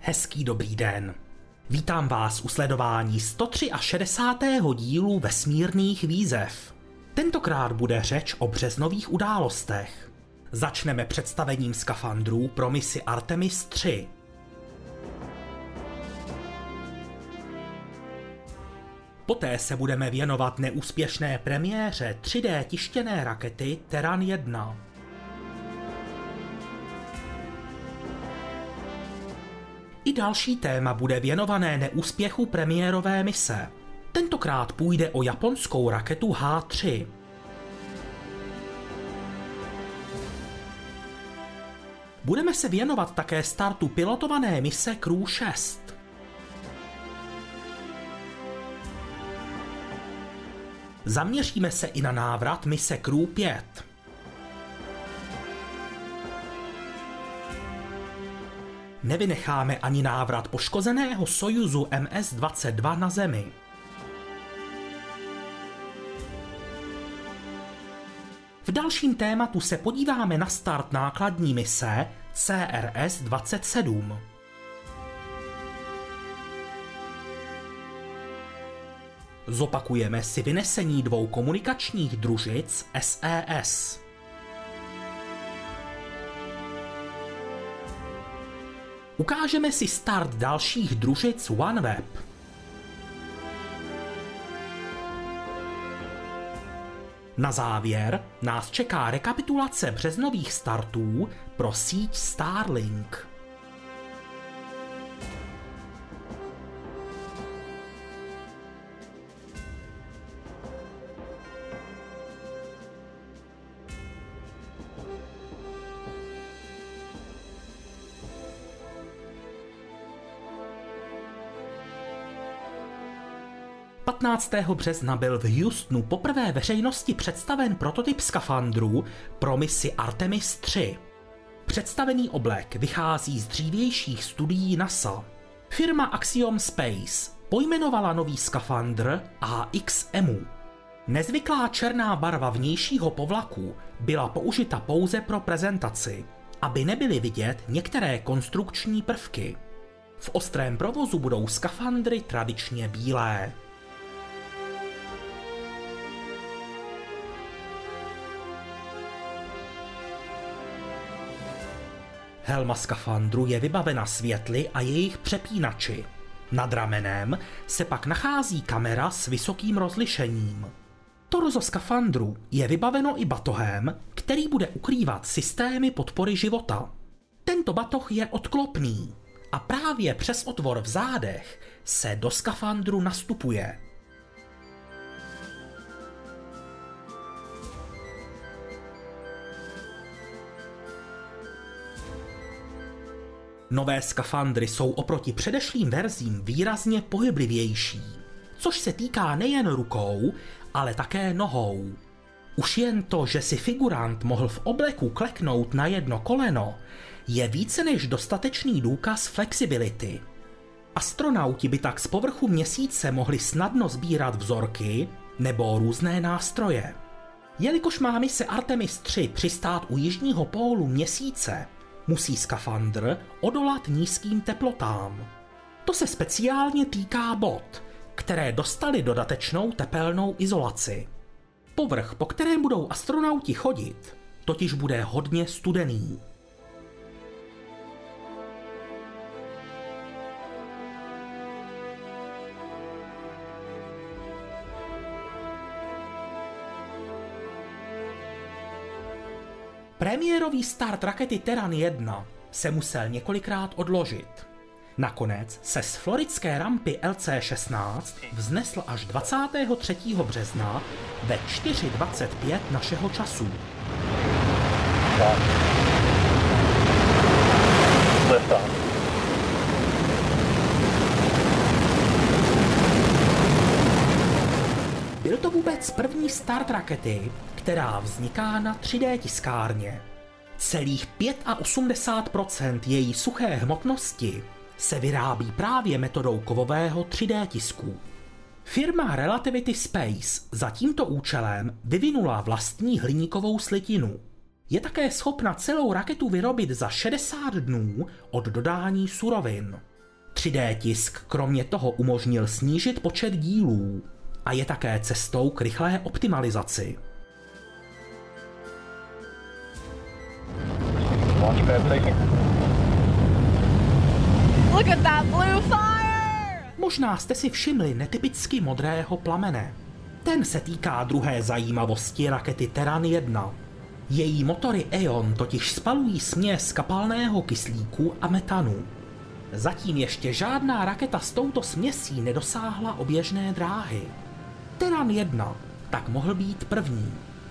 Hezký dobrý den. Vítám vás u sledování 163. dílu vesmírných výzev. Tentokrát bude řeč o březnových událostech. Začneme představením skafandrů pro misi Artemis 3. Poté se budeme věnovat neúspěšné premiéře 3D tištěné rakety Terran 1. I další téma bude věnované neúspěchu premiérové mise. Tentokrát půjde o japonskou raketu H3. Budeme se věnovat také startu pilotované mise Crew 6. Zaměříme se i na návrat mise Crew 5. Nevynecháme ani návrat poškozeného Sojuzu MS-22 na Zemi. V dalším tématu se podíváme na start nákladní mise CRS-27. Zopakujeme si vynesení dvou komunikačních družic SES. Ukážeme si start dalších družic OneWeb. Na závěr nás čeká rekapitulace březnových startů pro síť Starlink. – 15. března byl v Houstonu poprvé veřejnosti představen prototyp skafandru pro misi Artemis 3. Představený oblek vychází z dřívějších studií NASA. Firma Axiom Space pojmenovala nový skafandr AX-EMU. Nezvyklá černá barva vnějšího povlaku byla použita pouze pro prezentaci, aby nebyly vidět některé konstrukční prvky. V ostrém provozu budou skafandry tradičně bílé. Helma skafandru je vybavena světly a jejich přepínači. Nad ramenem se pak nachází kamera s vysokým rozlišením. Torzo skafandru je vybaveno i batohem, který bude ukrývat systémy podpory života. Tento batoh je odklopný a právě přes otvor v zádech se do skafandru nastupuje. Nové skafandry jsou oproti předešlým verzím výrazně pohyblivější, což se týká nejen rukou, ale také nohou. Už jen to, že si figurant mohl v obleku kleknout na jedno koleno, je více než dostatečný důkaz flexibility. Astronauti by tak z povrchu Měsíce mohli snadno sbírat vzorky nebo různé nástroje. Jelikož má mise Artemis 3 přistát u jižního pólu Měsíce, musí skafandr odolat nízkým teplotám. To se speciálně týká bot, které dostaly dodatečnou tepelnou izolaci. Povrch, po kterém budou astronauti chodit, totiž bude hodně studený. Premiérový start rakety Terran 1 se musel několikrát odložit. Nakonec se z floridské rampy LC-16 vznesl až 23. března ve 4:25 našeho času. Byl to vůbec první start rakety, která vzniká na 3D tiskárně. Celých 85% její suché hmotnosti se vyrábí právě metodou kovového 3D tisku. Firma Relativity Space za tímto účelem vyvinula vlastní hliníkovou slitinu. Je také schopna celou raketu vyrobit za 60 dnů od dodání surovin. 3D tisk kromě toho umožnil snížit počet dílů a je také cestou k rychlé optimalizaci. Look at that blue fire! Možná jste si všimli netypicky modrého plamene. Ten se týká druhé zajímavosti rakety Terran 1. Její motory Aeon totiž spalují směs kapalného kyslíku a metanu. Zatím ještě žádná raketa s touto směsí nedosáhla oběžné dráhy. Terran 1 tak mohl být první.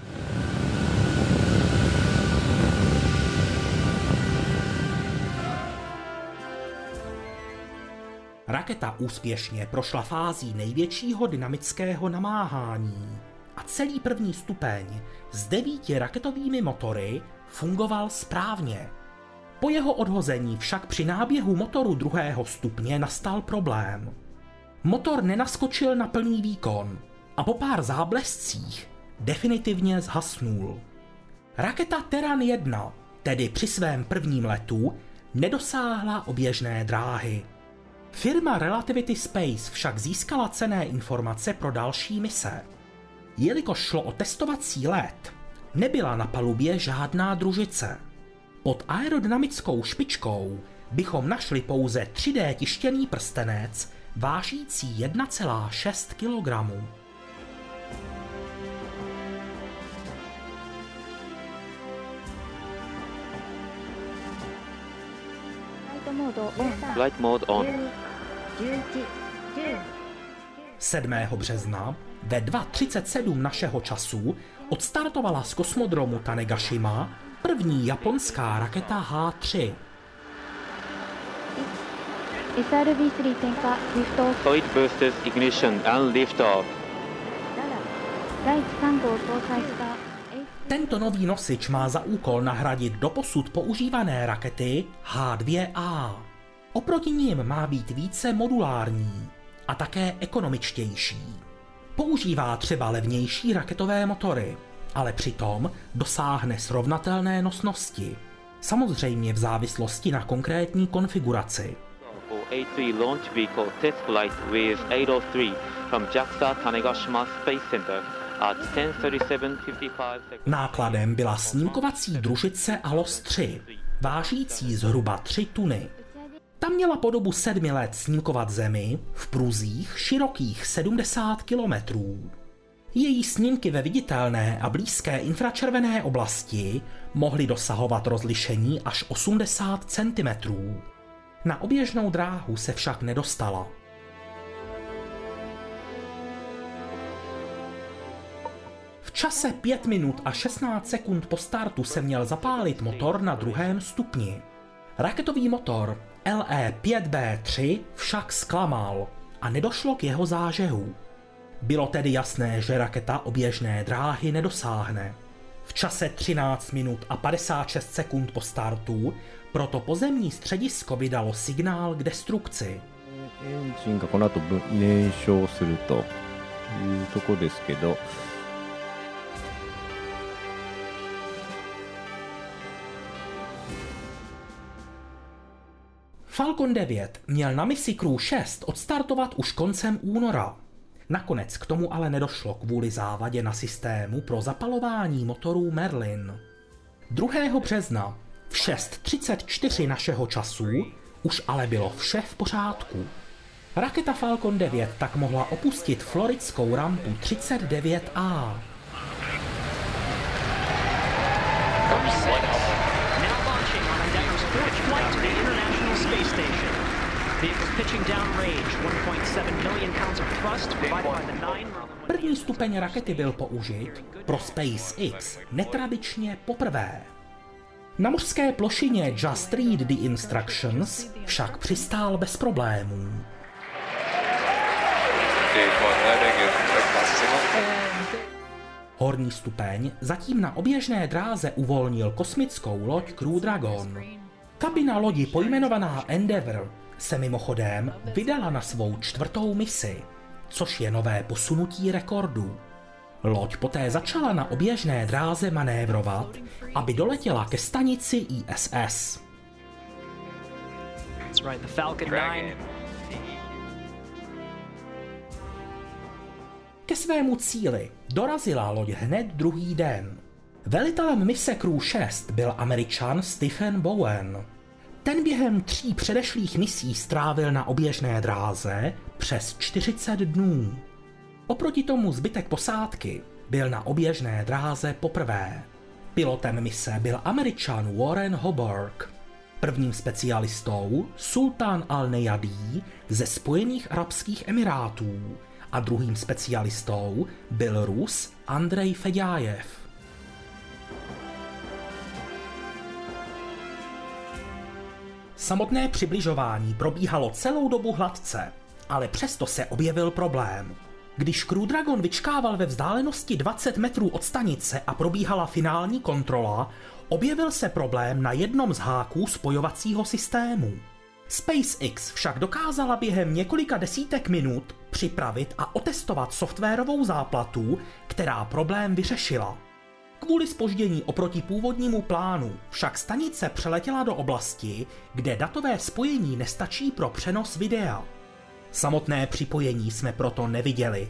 Raketa úspěšně prošla fází největšího dynamického namáhání a celý první stupeň s 9 raketovými motory fungoval správně. Po jeho odhození však při náběhu motoru druhého stupně nastal problém. Motor nenaskočil na plný výkon a po pár záblescích definitivně zhasnul. Raketa Terran 1 tedy při svém prvním letu nedosáhla oběžné dráhy. Firma Relativity Space však získala cenné informace pro další mise. Jelikož šlo o testovací let, nebyla na palubě žádná družice. Pod aerodynamickou špičkou bychom našli pouze 3D tištěný prstenec vážící 1,6 kg. Flight mode on. 7. března ve 2:37 našeho času odstartovala z kosmodromu Tanegashima první japonská raketa H3. SRB-3 点火、リフトオフ。 Solid boosters ignition and lift off. 第3号搭載した Tento nový nosič má za úkol nahradit doposud používané rakety H2A. Oproti nim má být více modulární a také ekonomičtější. Používá třeba levnější raketové motory, ale přitom dosáhne srovnatelné nosnosti. Samozřejmě v závislosti na konkrétní konfiguraci. A3 launch vehicle test flight with 803 from JAXA Tanegashima Space Center at 10:37:55 seconds. Nákladem byla snímkovací družice ALOS 3, vážící zhruba 3 tuny. Ta měla po dobu 7 let snímkovat Zemi v pruzích širokých 70 kilometrů. Její snímky ve viditelné a blízké infračervené oblasti mohly dosahovat rozlišení až 80 cm. Na oběžnou dráhu se však nedostala. V čase 5 minut a 16 sekund po startu se měl zapálit motor na druhém stupni. Raketový motor LE-5B3 však zklamal a nedošlo k jeho zážehu. Bylo tedy jasné, že raketa oběžné dráhy nedosáhne. V čase 13 minut a 56 sekund po startu proto pozemní středisko vydalo signál k destrukci. エンジンがこの後燃焼するというところですけど、 Falcon 9 měl na misi Crew 6 odstartovat už koncem února. Nakonec k tomu ale nedošlo kvůli závadě na systému pro zapalování motorů Merlin. 2. března v 6:34 našeho času už ale bylo vše v pořádku. Raketa Falcon 9 tak mohla opustit floridskou rampu 39A. První stupeň rakety byl použit pro SpaceX netradičně poprvé. Na mořské plošině Just Read the Instructions však přistál bez problémů. Horní stupeň zatím na oběžné dráze uvolnil kosmickou loď Crew Dragon. Kabina lodi pojmenovaná Endeavour se mimochodem vydala na svou 4. misi, což je nové posunutí rekordu. Loď poté začala na oběžné dráze manévrovat, aby doletěla ke stanici ISS. That's right, the Falcon 9 ke svému cíli dorazila loď hned druhý den. Velitelem mise Crew 6 byl Američan Stephen Bowen. Ten během 3 předešlých misí strávil na oběžné dráze přes 40 dnů. Oproti tomu zbytek posádky byl na oběžné dráze poprvé. Pilotem mise byl Američan Warren Hoburg. Prvním specialistou Sultan al-Nejadí ze Spojených arabských emirátů a druhým specialistou byl Rus Andrej Feďájev. Samotné přibližování probíhalo celou dobu hladce, ale přesto se objevil problém. Když Crew Dragon vyčkával ve vzdálenosti 20 metrů od stanice a probíhala finální kontrola, objevil se problém na jednom z háků spojovacího systému. SpaceX však dokázala během několika desítek minut připravit a otestovat softwarovou záplatu, která problém vyřešila. Kvůli zpoždění oproti původnímu plánu však stanice přeletěla do oblasti, kde datové spojení nestačí pro přenos videa. Samotné připojení jsme proto neviděli.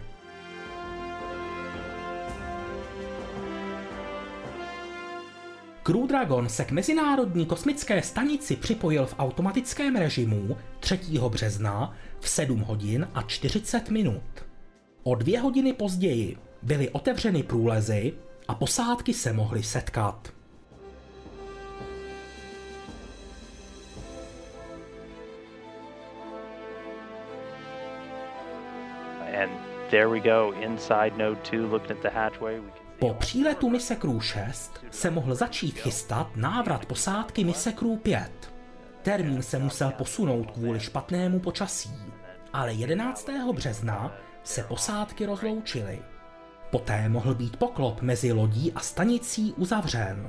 Crew Dragon se k Mezinárodní kosmické stanici připojil v automatickém režimu 3. března v 7 hodin a 40 minut. O 2 hodiny později byly otevřeny průlezy a posádky se mohly setkat. And there we go, inside node 2, looking at the hatchway. Po příletu mise Crew 6 se mohl začít chystat návrat posádky mise Crew 5. Termín se musel posunout kvůli špatnému počasí, ale 11. března se posádky rozloučily. Poté mohl být poklop mezi lodí a stanicí uzavřen.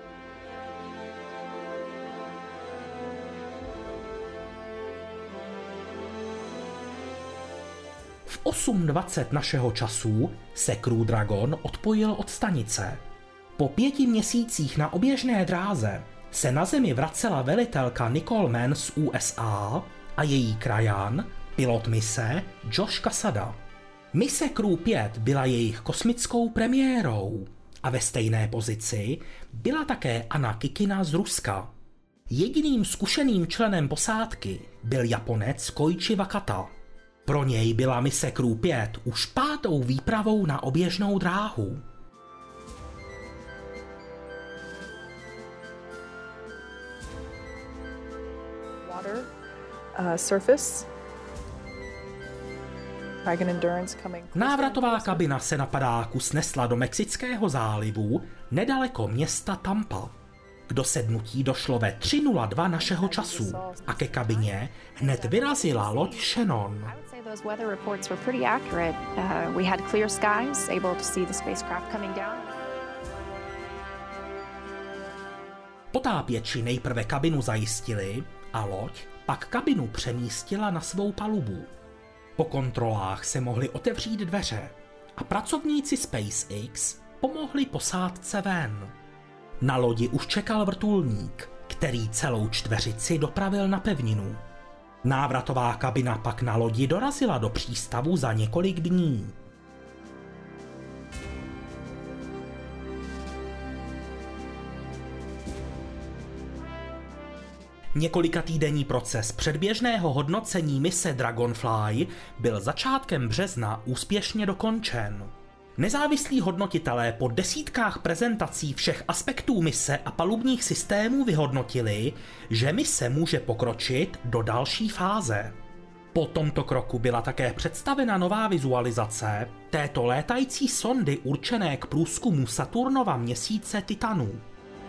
V 8:20 našeho času se Crew Dragon odpojil od stanice. Po 5 měsících na oběžné dráze se na Zemi vracela velitelka Nicole Mann z USA a její krajan, pilot mise Josh Cassada. Mise Crew 5 byla jejich kosmickou premiérou a ve stejné pozici byla také Anna Kikina z Ruska. Jediným zkušeným členem posádky byl Japonec Koichi Wakata. Pro něj byla mise Crew 5 už 5. výpravou na oběžnou dráhu. Water, surface. Návratová kabina se na padáku snesla do Mexického zálivu nedaleko města Tampa. K dosednutí došlo ve 3:02 našeho času a ke kabině hned vyrazila loď Shannon. Potápěči nejprve kabinu zajistili a loď pak kabinu přemístila na svou palubu. Po kontrolách se mohly otevřít dveře a pracovníci SpaceX pomohli posádce ven. Na lodi už čekal vrtulník, který celou čtveřici dopravil na pevninu. Návratová kabina pak na lodi dorazila do přístavu za několik dní. Několikatýdenní proces předběžného hodnocení mise Dragonfly byl začátkem března úspěšně dokončen. Nezávislí hodnotitelé po desítkách prezentací všech aspektů mise a palubních systémů vyhodnotili, že mise může pokročit do další fáze. Po tomto kroku byla také představena nová vizualizace této létající sondy určené k průzkumu Saturnova měsíce Titanu.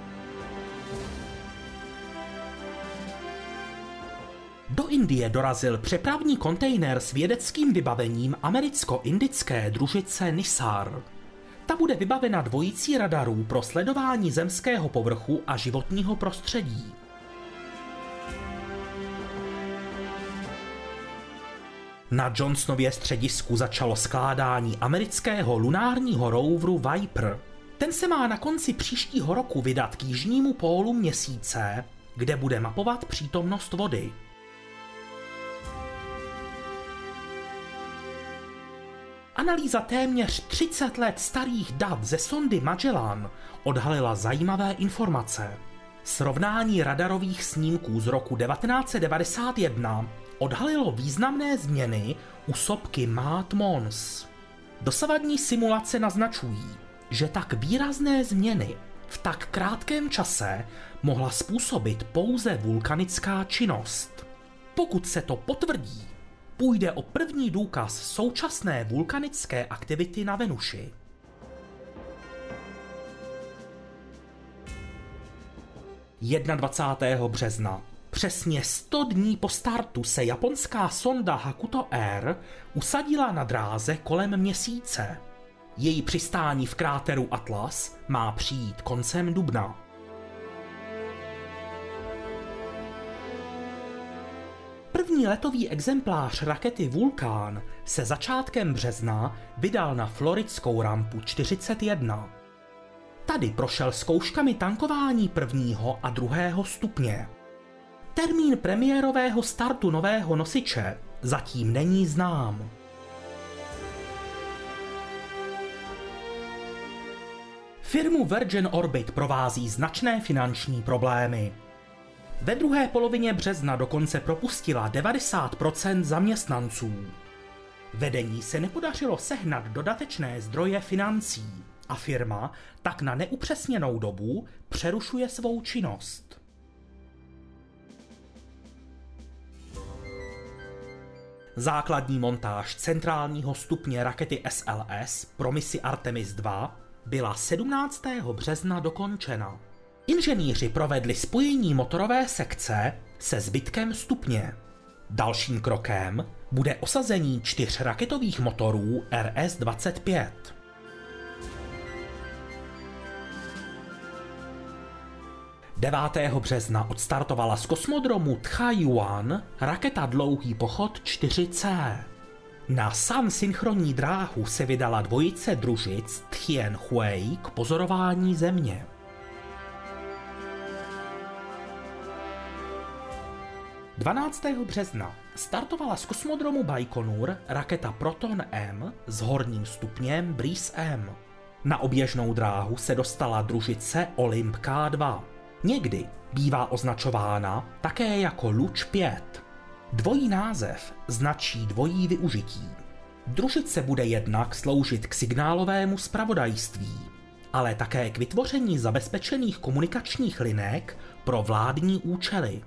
Do Indie dorazil přepravní kontejner s vědeckým vybavením americko-indické družice NISAR. Ta bude vybavena dvojicí radarů pro sledování zemského povrchu a životního prostředí. Na Johnsonově středisku začalo skládání amerického lunárního roveru Viper. Ten se má na konci příštího roku vydat k jižnímu pólu Měsíce, kde bude mapovat přítomnost vody. Analýza téměř 30 let starých dat ze sondy Magellan odhalila zajímavé informace. Srovnání radarových snímků z roku 1991 odhalilo významné změny u sopky Mad Mons. Dosavadní simulace naznačují, že tak výrazné změny v tak krátkém čase mohla způsobit pouze vulkanická činnost. Pokud se to potvrdí, půjde o první důkaz současné vulkanické aktivity na Venuši. – 21. března. Přesně 100 dní po startu se japonská sonda Hakuto R usadila na dráze kolem Měsíce. Její přistání v kráteru Atlas má přijít koncem dubna. První letový exemplář rakety Vulcan se začátkem března vydal na floridskou rampu 41. Tady prošel zkouškami tankování 1. a 2. stupně. Termín premiérového startu nového nosiče zatím není znám. Firmu Virgin Orbit provází značné finanční problémy. Ve druhé polovině března dokonce propustila 90% zaměstnanců. Vedení se nepodařilo sehnat dodatečné zdroje financí a firma tak na neupřesněnou dobu přerušuje svou činnost. Základní montáž centrálního stupně rakety SLS pro misi Artemis II byla 17. března dokončena. Inženýři provedli spojení motorové sekce se zbytkem stupně. Dalším krokem bude osazení 4 raketových motorů RS-25. – 9. března odstartovala z kosmodromu Tchajwan raketa Dlouhý pochod 4C. Na Sun synchronní dráhu se vydala dvojice družic Tianhui k pozorování Země. – 12. března startovala z kosmodromu Baikonur raketa Proton M s horním stupněm Breeze M. Na oběžnou dráhu se dostala družice Olymp K2. Někdy bývá označována také jako Luč 5. Dvojí název značí dvojí využití. Družice bude jednak sloužit k signálovému zpravodajství, ale také k vytvoření zabezpečených komunikačních linek pro vládní účely.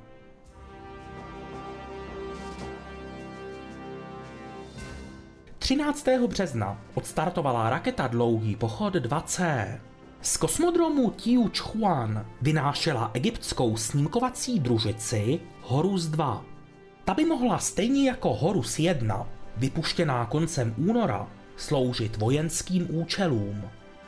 13. března odstartovala raketa Dlouhý pochod 2C. Z kosmodromu Tianquan vynášela egyptskou snímkovací družici Horus 2. Ta by mohla stejně jako Horus 1, vypuštěná koncem února, sloužit vojenským účelům.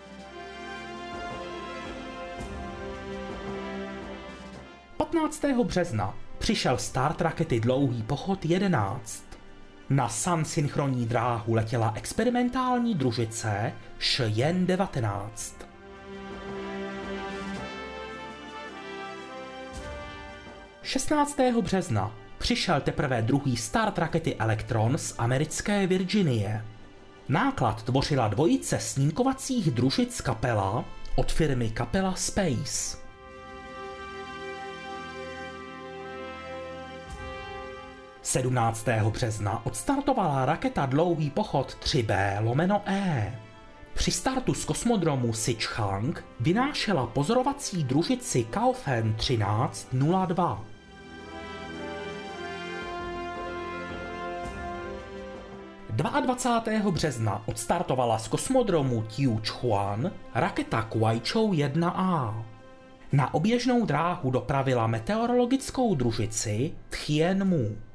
– 15. března přišel start rakety Dlouhý pochod 11. Na Sun synchronní dráhu letěla experimentální družice Shenzhen 19. – 16. března přišel teprve druhý start rakety Electron z americké Virginie. Náklad tvořila dvojice snímkovacích družic Capella od firmy Capella Space. – 17. března odstartovala raketa Dlouhý pochod 3B/E. Při startu z kosmodromu Sichang vynášela pozorovací družici Kaofen 1302. – 22. března odstartovala z kosmodromu Tianquan raketa Kuaichou 1A. Na oběžnou dráhu dopravila meteorologickou družici Tianmu. –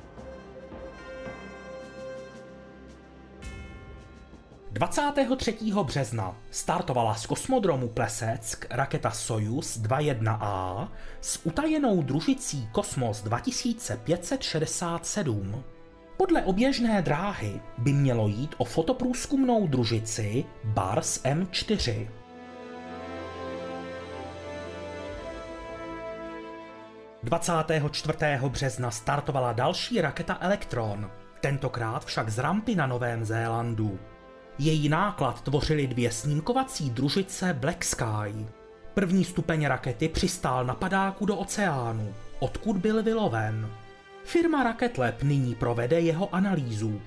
23. března startovala z kosmodromu Plesetsk raketa Sojuz 21A s utajenou družicí Kosmos 2567. Podle oběžné dráhy by mělo jít o fotoprůzkumnou družici Bars M4. – 24. března startovala další raketa Electron, tentokrát však z rampy na Novém Zélandu. Její náklad tvořily 2 snímkovací družice Black Sky. První stupeň rakety přistál na padáku do oceánu, odkud byl vyloven. Firma Rocket Lab nyní provede jeho analýzu.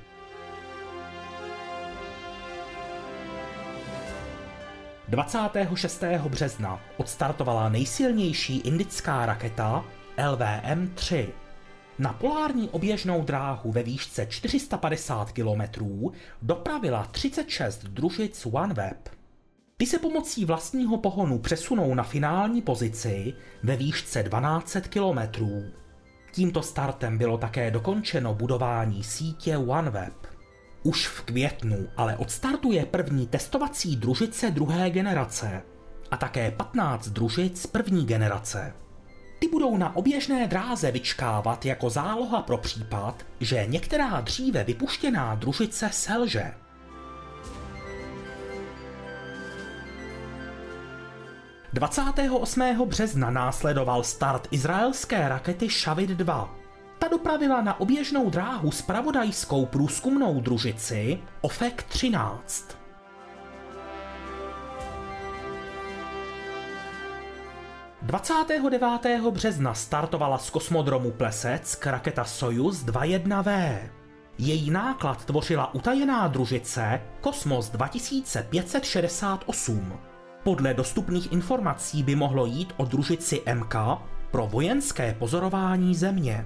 – 26. března odstartovala nejsilnější indická raketa LVM-3. Na polární oběžnou dráhu ve výšce 450 km dopravila 36 družic OneWeb. Ty se pomocí vlastního pohonu přesunou na finální pozici ve výšce 1200 km. Tímto startem bylo také dokončeno budování sítě OneWeb. Už v květnu ale odstartuje první testovací družice druhé generace a také 15 družic první generace. Ty budou na oběžné dráze vyčkávat jako záloha pro případ, že některá dříve vypuštěná družice selže. – 28. března následoval start izraelské rakety Shavit 2. Ta dopravila na oběžnou dráhu zpravodajskou průzkumnou družici Ofek 13. – 29. března startovala z kosmodromu Plesetsk raketa Sojuz 21V. Její náklad tvořila utajená družice Kosmos 2568. Podle dostupných informací by mohlo jít o družici MK pro vojenské pozorování Země.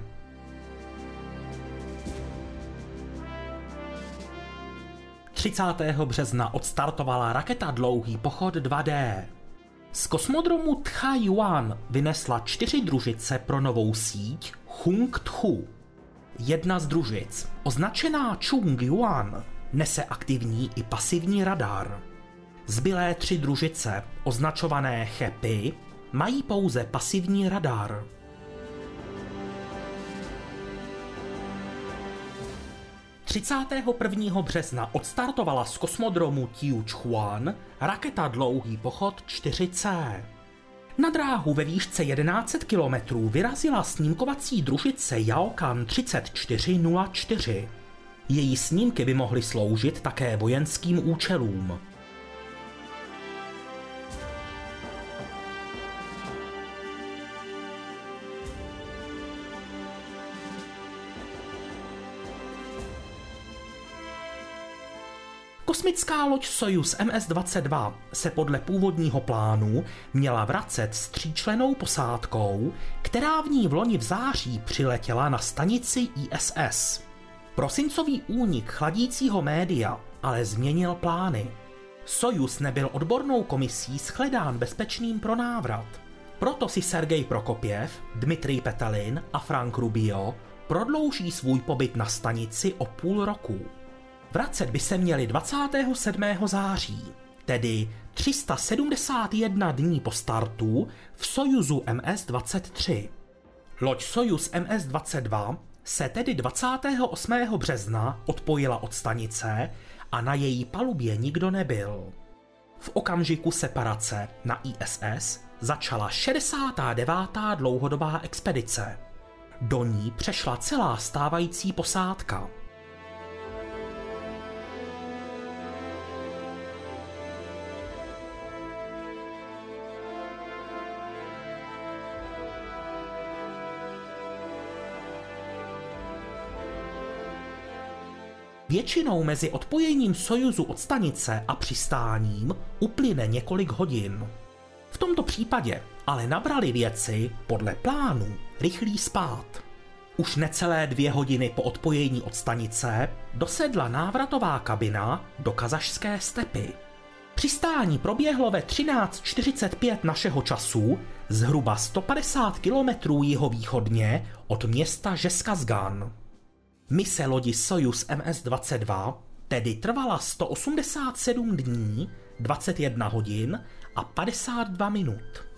– 30. března odstartovala raketa Dlouhý pochod 2D. Z kosmodromu Tcha-Yuan vynesla 4 družice pro novou síť Hung-Tchu. Jedna z družic, označená Chung-Yuan, nese aktivní i pasivní radar. Zbylé 3 družice, označované Chepi, mají pouze pasivní radar. – 31. března odstartovala z kosmodromu Tiuchuan raketa Dlouhý pochod 4C. Na dráhu ve výšce 1100 km vyrazila snímkovací družice Yaokan 3404. Její snímky by mohly sloužit také vojenským účelům. Kosmická loď Sojuz MS-22 se podle původního plánu měla vracet s 3člennou posádkou, která v ní vloni v září přiletěla na stanici ISS. Prosincový únik chladícího média ale změnil plány. Sojuz nebyl odbornou komisí shledán bezpečným pro návrat. Proto si Sergej Prokopjev, Dmitrij Petelin a Frank Rubio prodlouží svůj pobyt na stanici o půl roku. Vracet by se měli 27. září, tedy 371 dní po startu v Sojuzu MS-23. Loď Sojuz MS-22 se tedy 28. března odpojila od stanice a na její palubě nikdo nebyl. V okamžiku separace na ISS začala 69. dlouhodobá expedice. Do ní přešla celá stávající posádka. Většinou mezi odpojením Sojuzu od stanice a přistáním uplyne několik hodin. V tomto případě ale nabrali věci podle plánu rychlý spád. Už necelé 2 hodiny po odpojení od stanice dosedla návratová kabina do kazašské stepy. Přistání proběhlo ve 13:45 našeho času, zhruba 150 km jihovýchodně od města Žeskazgan. Mise lodi Sojuz MS-22 tedy trvala 187 dní, 21 hodin a 52 minut.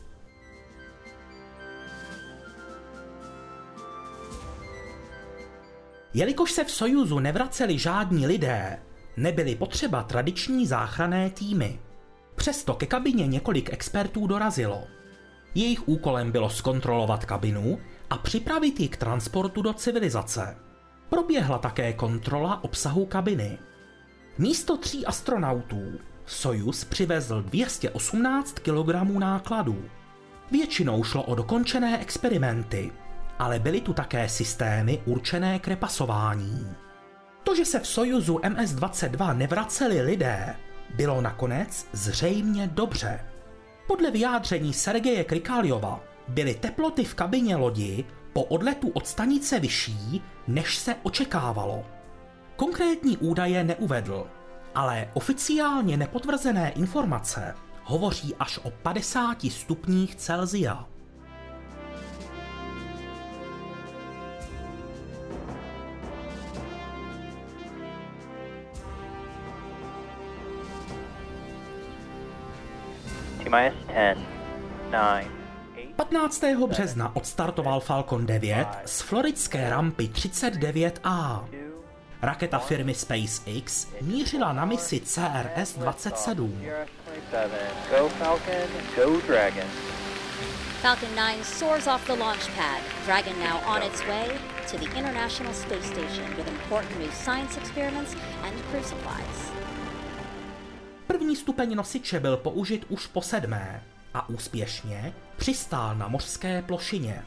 Jelikož se v Sojuzu nevraceli žádní lidé, nebyly potřeba tradiční záchranné týmy. Přesto ke kabině několik expertů dorazilo. Jejich úkolem bylo zkontrolovat kabinu a připravit ji k transportu do civilizace. Proběhla také kontrola obsahu kabiny. Místo 3 astronautů Sojuz přivezl 218 kg nákladů. Většinou šlo o dokončené experimenty, ale byly tu také systémy určené k repasování. To, že se v Sojuzu MS-22 nevraceli lidé, bylo nakonec zřejmě dobře. Podle vyjádření Sergeje Krikaljova byly teploty v kabině lodi po odletu od stanice vyšší, než se očekávalo. Konkrétní údaje neuvedl, ale oficiálně nepotvrzené informace hovoří až o 50 stupních Celsia. T-minus 10, 9, 15. března odstartoval Falcon 9 z floridské rampy 39A. Raketa firmy SpaceX mířila na misi CRS-27. Go Falcon, go Dragon. Falcon 9 soars off the launch pad, Dragon now on its way to the International Space Station with important new science experiments and crew supplies. První stupeň nosiče byl použit už po 7. a úspěšně přistál na mořské plošině.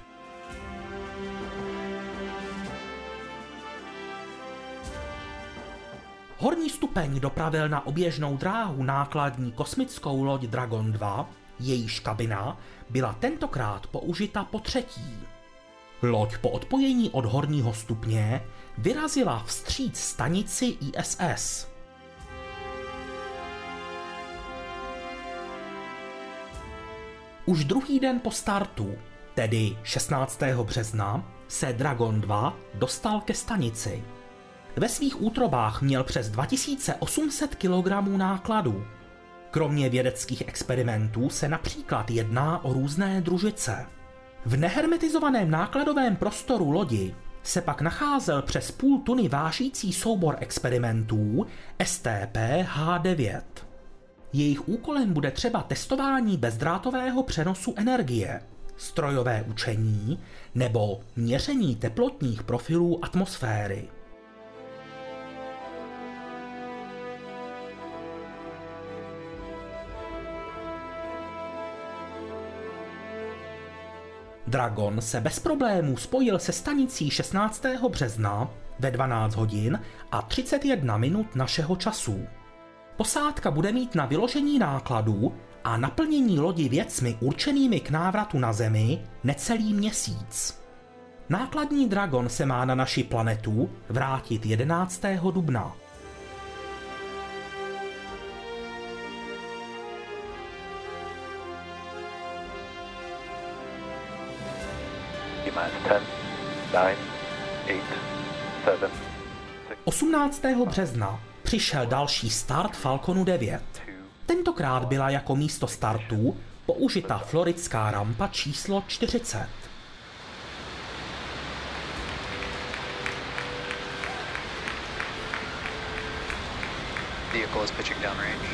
Horní stupeň dopravil na oběžnou dráhu nákladní kosmickou loď Dragon 2, jejíž kabina byla tentokrát použita po 3. Loď po odpojení od horního stupně vyrazila vstříc stanici ISS. Už druhý den po startu, tedy 16. března, se Dragon 2 dostal ke stanici. Ve svých útrobách měl přes 2800 kg nákladu. Kromě vědeckých experimentů se například jedná o různé družice. V nehermetizovaném nákladovém prostoru lodi se pak nacházel přes půl tuny vážící soubor experimentů STP-H9. Jejich úkolem bude třeba testování bezdrátového přenosu energie, strojové učení nebo měření teplotních profilů atmosféry. Dragon se bez problémů spojil se stanicí 16. března ve 12 hodin a 31 minut našeho času. Posádka bude mít na vyložení nákladů a naplnění lodi věcmi určenými k návratu na Zemi necelý měsíc. Nákladní Dragon se má na naši planetu vrátit 11. dubna. T-minus 10, 9, 8, 7, 18. března přišel další start Falconu 9. Tentokrát byla jako místo startu použita floridská rampa číslo 40. Vehicle is pitching downrange.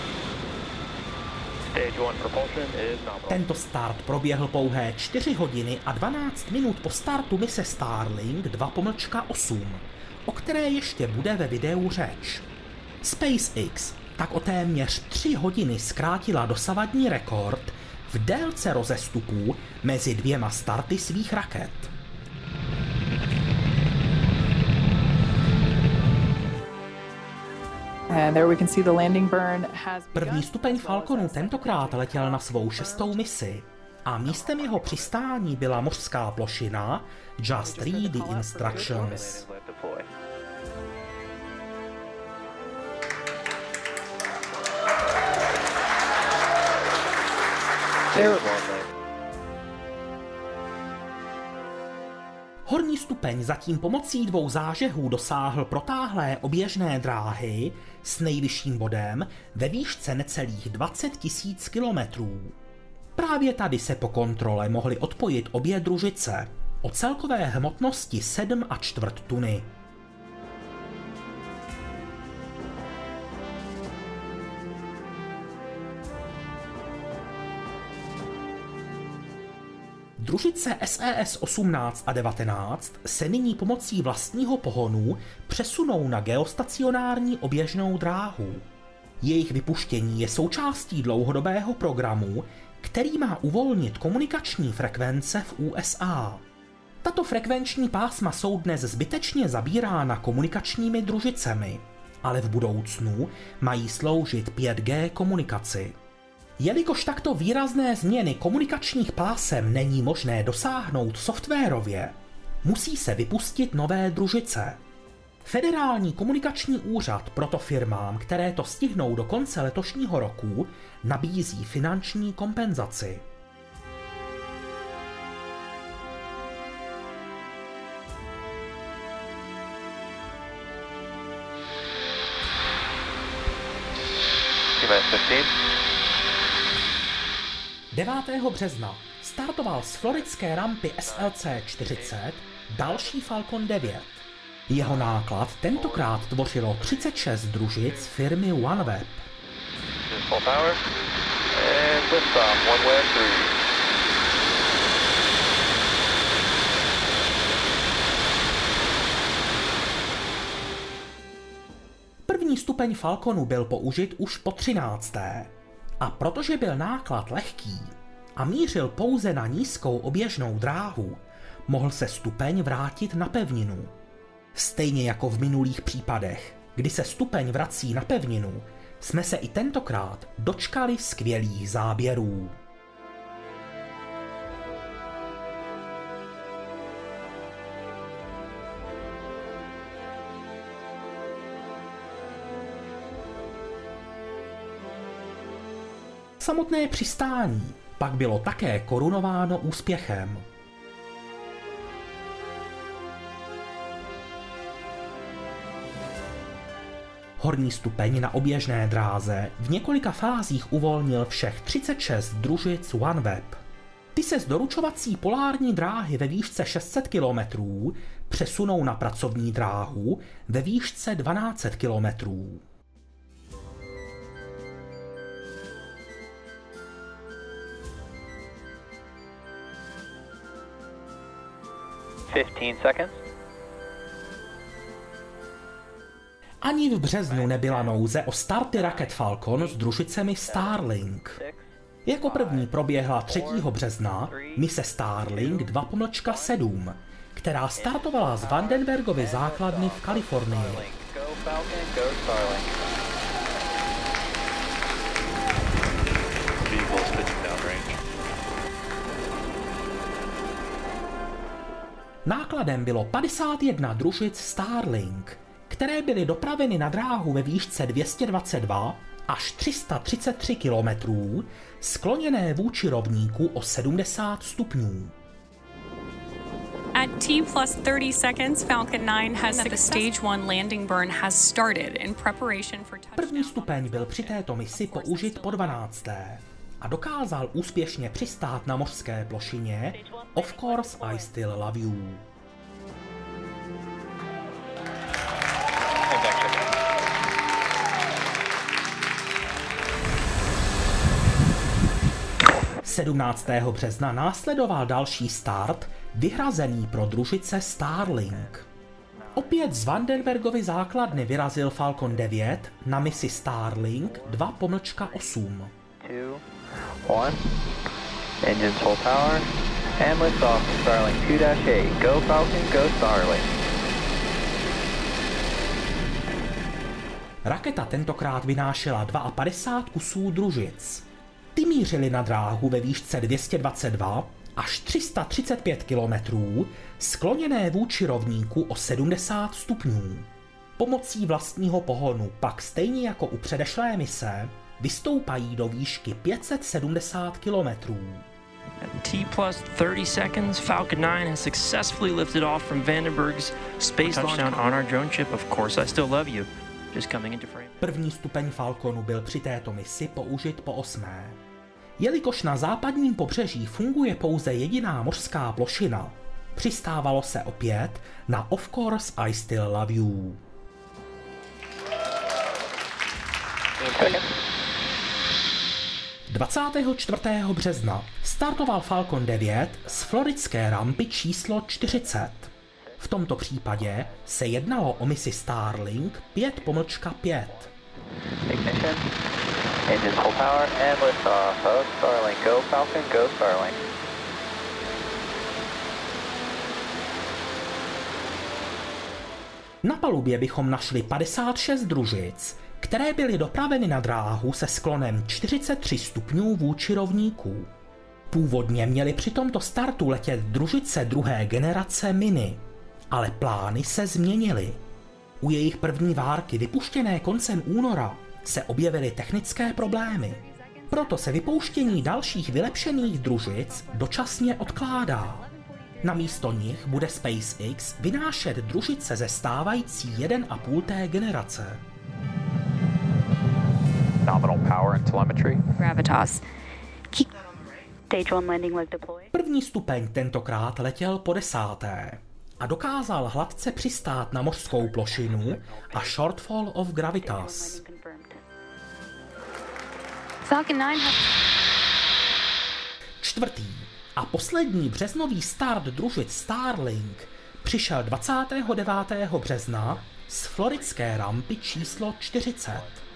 Stage 1 propulsion is nominal. Tento start proběhl pouhé 4 hodiny a 12 minut po startu mise Starlink 2-8, o které ještě bude ve videu řeč. SpaceX tak o téměř 3 hodiny zkrátila dosavadní rekord v délce rozestupů mezi 2 starty svých raket. And there we can see the landing burn has První stupeň Falconu tentokrát letěl na svou 6. misi a místem jeho přistání byla mořská plošina Just Read the Instructions. Deploy. Horní stupeň zatím pomocí 2 zážehů dosáhl protáhlé oběžné dráhy s nejvyšším bodem ve výšce necelých 20 000 kilometrů. Právě tady se po kontrole mohly odpojit obě družice o celkové hmotnosti 7,25 tuny. Družice SES-18 a 19 se nyní pomocí vlastního pohonu přesunou na geostacionární oběžnou dráhu. Jejich vypuštění je součástí dlouhodobého programu, který má uvolnit komunikační frekvence v USA. Tato frekvenční pásma jsou dnes zbytečně zabírána komunikačními družicemi, ale v budoucnu mají sloužit 5G komunikaci. Jelikož takto výrazné změny komunikačních pásem není možné dosáhnout softwarově, musí se vypustit nové družice. Federální komunikační úřad proto firmám, které to stihnou do konce letošního roku, nabízí finanční kompenzaci. T-15. 9. března startoval z floridské rampy SLC-40 další Falcon 9. Jeho náklad tentokrát tvořilo 36 družic firmy OneWeb. Full power. And liftoff, OneWeb 3. První stupeň Falconu byl použit už po 13. A protože byl náklad lehký a mířil pouze na nízkou oběžnou dráhu, mohl se stupeň vrátit na pevninu. Stejně jako v minulých případech, kdy se stupeň vrací na pevninu, jsme se i tentokrát dočkali skvělých záběrů. Samotné přistání pak bylo také korunováno úspěchem. Horní stupeň na oběžné dráze v několika fázích uvolnil všech 36 družic OneWeb. Ty se z doručovací polární dráhy ve výšce 600 km přesunou na pracovní dráhu ve výšce 1200 km. Ani v březnu nebyla nouze o starty raket Falcon s družicemi Starlink. Jako první proběhla 3. března mise Starlink 2.7, která startovala z Vandenbergovy základny v Kalifornii. Nákladem bylo 51 družic Starlink, které byly dopraveny na dráhu ve výšce 222 až 333 km, skloněné vůči rovníku o 70 stupňů. At T+30 seconds, Falcon 9 has the stage 1 landing burn has started in preparation for touchdown. První stupeň byl při této misi použit po 12. a dokázal úspěšně přistát na mořské plošině Of Course I Still Love You. – 17. března následoval další start, vyhrazený pro družice Starlink. Opět z Vandenbergovy základny vyrazil Falcon 9 na misi Starlink 2.8. 2, 1. Engines full power. And liftoff from Starlink 2-8. Go Falcon, go Starlink. Raketa tentokrát vynášela 52 kusů družic. Ty mířily na dráhu ve výšce 222 až 335 km, skloněné vůči rovníku o 70 stupňů. Pomocí vlastního pohonu pak stejně jako u předešlé mise vystoupají do výšky 570 km. At T+30 seconds, Falcon 9 has successfully lifted off from Vandenberg's space touchdown on our drone ship. Of course, I still love you. Just coming into frame. První stupeň Falconu byl při této misi použit po 8. Jelikož na západním pobřeží funguje pouze jediná mořská plošina, přistávalo se opět na Of Course I Still Love You. Okay. 24. března Startoval Falcon 9 z floridské rampy číslo 40. V tomto případě se jednalo o misi Starlink 5-5. Ignition, engines full power, and liftoff of Starlink. Go Falcon, go Starlink. Na palubě bychom našli 56 družic, které byly dopraveny na dráhu se sklonem 43 stupňů vůči rovníku. Původně měly při tomto startu letět družice druhé generace Mini, ale plány se změnily. U jejich první várky vypuštěné koncem února se objevily technické problémy. Proto se vypouštění dalších vylepšených družic dočasně odkládá. Namísto nich bude SpaceX vynášet družice ze stávající 1,5. generace. Nominal power and telemetry. Gravitas. Stage 1 landing leg deployed. První stupeň tentokrát letěl po 10. a dokázal hladce přistát na mořskou plošinu a shortfall of gravitas. Falcon 9 has... Čtvrtý a poslední březnový start družic Starlink přišel 29. března z floridské rampy číslo 40.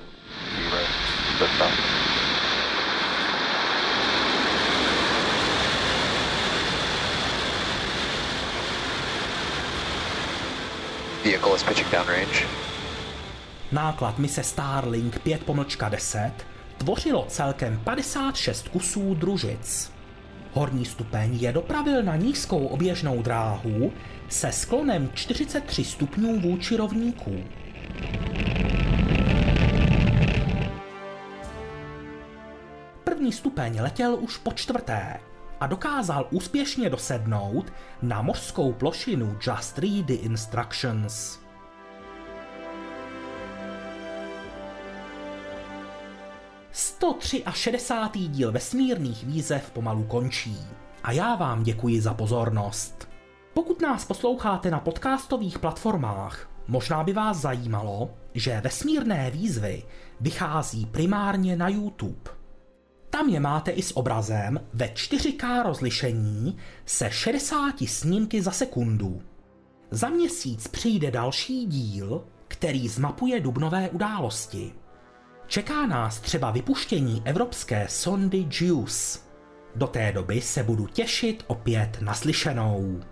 Vehicle is pitching downrange. Náklad mise Starlink 5-10 tvořilo celkem 56 kusů družic. Horní stupeň je dopravil na nízkou oběžnou dráhu se sklonem 43 stupňů vůči rovníku. První stupeň letěl už po 4. a dokázal úspěšně dosednout na mořskou plošinu Just Read the Instructions. A 60. díl vesmírných výzev pomalu končí a já vám děkuji za pozornost. Pokud nás posloucháte na podcastových platformách, možná by vás zajímalo, že vesmírné výzvy vychází primárně na YouTube. Tam je máte i s obrazem ve 4K rozlišení se 60 snímky za sekundu. Za měsíc přijde další díl, který zmapuje dubnové události. Čeká nás třeba vypuštění evropské sondy JUICE. Do té doby se budu těšit opět na slyšenou.